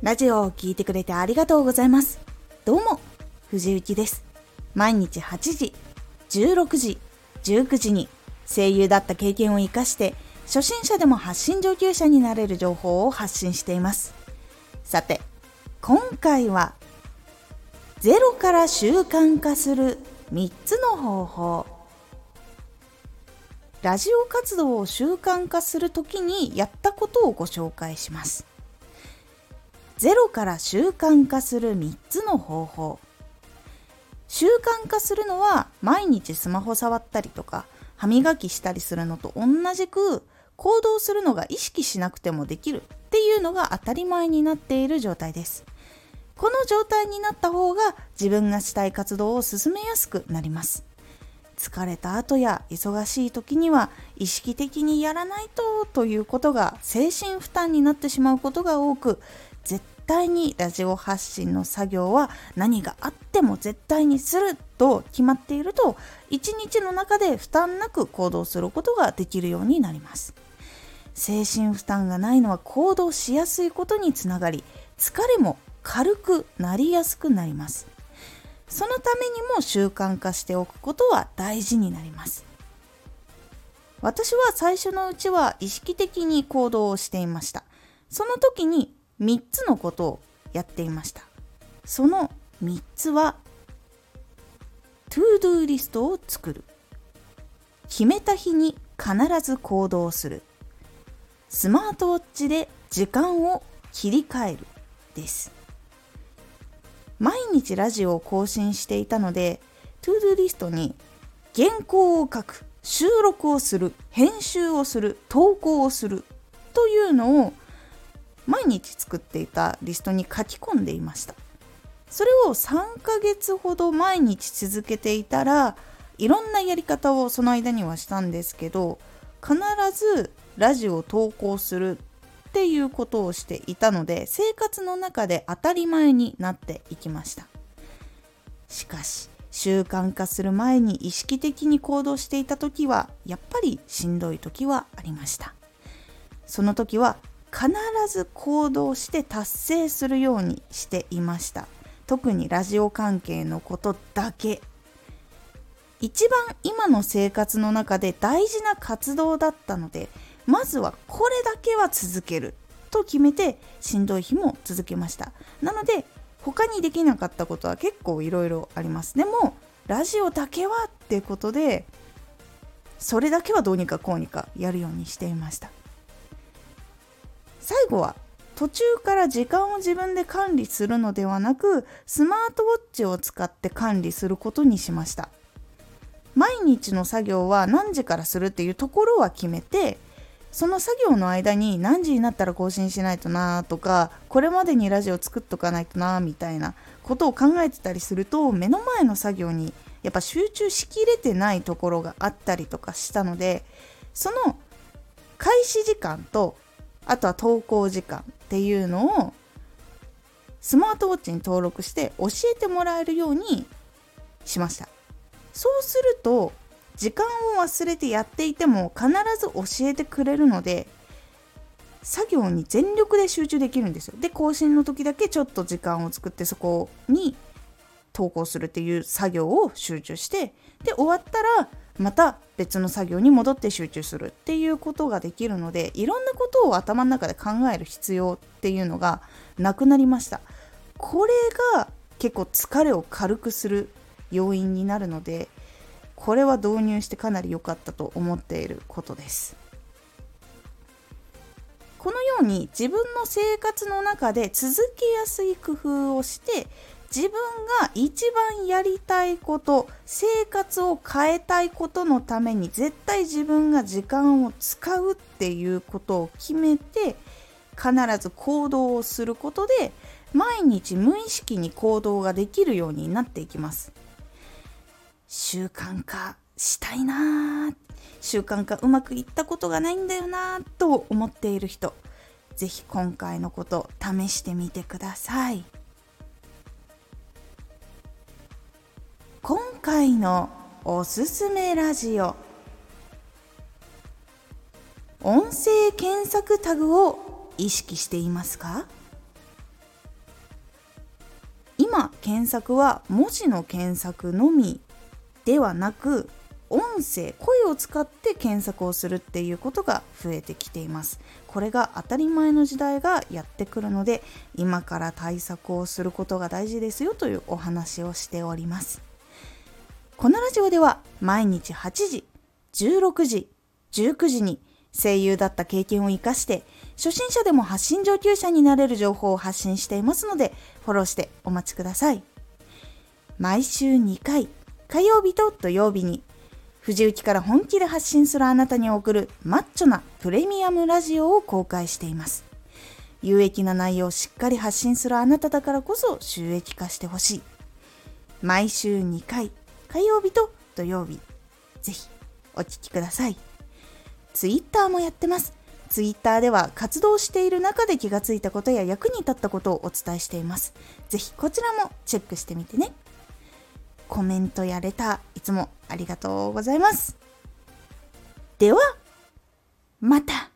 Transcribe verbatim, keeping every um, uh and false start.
ラジオを聞いてくれてありがとうございます。どうも、藤幸です。毎日はちじ、じゅうろくじ、じゅうくじに声優だった経験を生かして初心者でも発信上級者になれる情報を発信しています。さて、今回はゼロから習慣化するみっつの方法。ラジオ活動を習慣化するときにやったことをご紹介します。ゼロから習慣化するみっつの方法。習慣化するのは毎日スマホ触ったりとか歯磨きしたりするのと同じく、行動するのが意識しなくてもできるっていうのが当たり前になっている状態です。この状態になった方が自分がしたい活動を進めやすくなります。疲れた後や忙しい時には意識的にやらないとということが精神負担になってしまうことが多く、絶対にラジオ発信の作業は何があっても絶対にすると決まっていると、一日の中で負担なく行動することができるようになります。精神負担がないのは行動しやすいことにつながり、疲れも軽くなりやすくなります。そのためにも習慣化しておくことは大事になります。私は最初のうちは意識的に行動をしていました。その時にみっつのことをやっていました。そのみっつは、トゥードゥーリストを作る、決めた日に必ず行動する、スマートウォッチで時間を切り替えるです。毎日ラジオを更新していたので、トゥードゥーリストに原稿を書く、収録をする、編集をする、投稿をするというのを毎日作っていたリストに書き込んでいました。それをさんかげつほど毎日続けていたら、いろんなやり方をその間にはしたんですけど、必ずラジオを投稿するっていうことをしていたので、生活の中で当たり前になっていきました。しかし習慣化する前に意識的に行動していた時は、やっぱりしんどい時はありました。その時は必ず行動して達成するようにしていました。特にラジオ関係のことだけ。一番今の生活の中で大事な活動だったので、まずはこれだけは続けると決めて、しんどい日も続けました。なので他にできなかったことは結構いろいろあります。でもラジオだけはってことで、それだけはどうにかこうにかやるようにしていました。最後は途中から時間を自分で管理するのではなく、スマートウォッチを使って管理することにしました。毎日の作業は何時からするっていうところは決めて、その作業の間に何時になったら更新しないとなとか、これまでにラジオ作っとかないとなみたいなことを考えてたりすると、目の前の作業にやっぱ集中しきれてないところがあったりとかしたので、その開始時間とあとは投稿時間っていうのをスマートウォッチに登録して教えてもらえるようにしました。そうすると時間を忘れてやっていても必ず教えてくれるので、作業に全力で集中できるんですよ。で、更新の時だけちょっと時間を作ってそこに投稿するっていう作業を集中して、で終わったらまた別の作業に戻って集中するっていうことができるので、いろんなことを頭の中で考える必要っていうのがなくなりました。これが結構疲れを軽くする要因になるので、これは導入してかなり良かったと思っていることです。このように自分の生活の中で続けやすい工夫をして、自分が一番やりたいこと、生活を変えたいことのために絶対自分が時間を使うっていうことを決めて、必ず行動をすることで毎日無意識に行動ができるようになっていきます。習慣化したいな、習慣化うまくいったことがないんだよなと思っている人、ぜひ今回のこと試してみてください。今回のおすすめラジオ、音声検索タグを意識していますか？ 検索は文字の検索のみではなく、音声、声を使って検索をするっていうことが増えてきています。これが当たり前の時代がやってくるので、今から対策をすることが大事ですよというお話をしております。このラジオでは毎日はちじ、じゅうろくじ、じゅうくじに声優だった経験を生かして初心者でも発信上級者になれる情報を発信していますので、フォローしてお待ちください。毎週にかい、火曜日と土曜日に藤雪から本気で発信するあなたに送るマッチョなプレミアムラジオを公開しています。有益な内容をしっかり発信するあなただからこそ収益化してほしい。毎週にかい、火曜日と土曜日、ぜひお聞きください。ツイッターもやってます。ツイッターでは活動している中で気がついたことや役に立ったことをお伝えしています。ぜひこちらもチェックしてみてね。コメントやレター、いつもありがとうございます。では、また。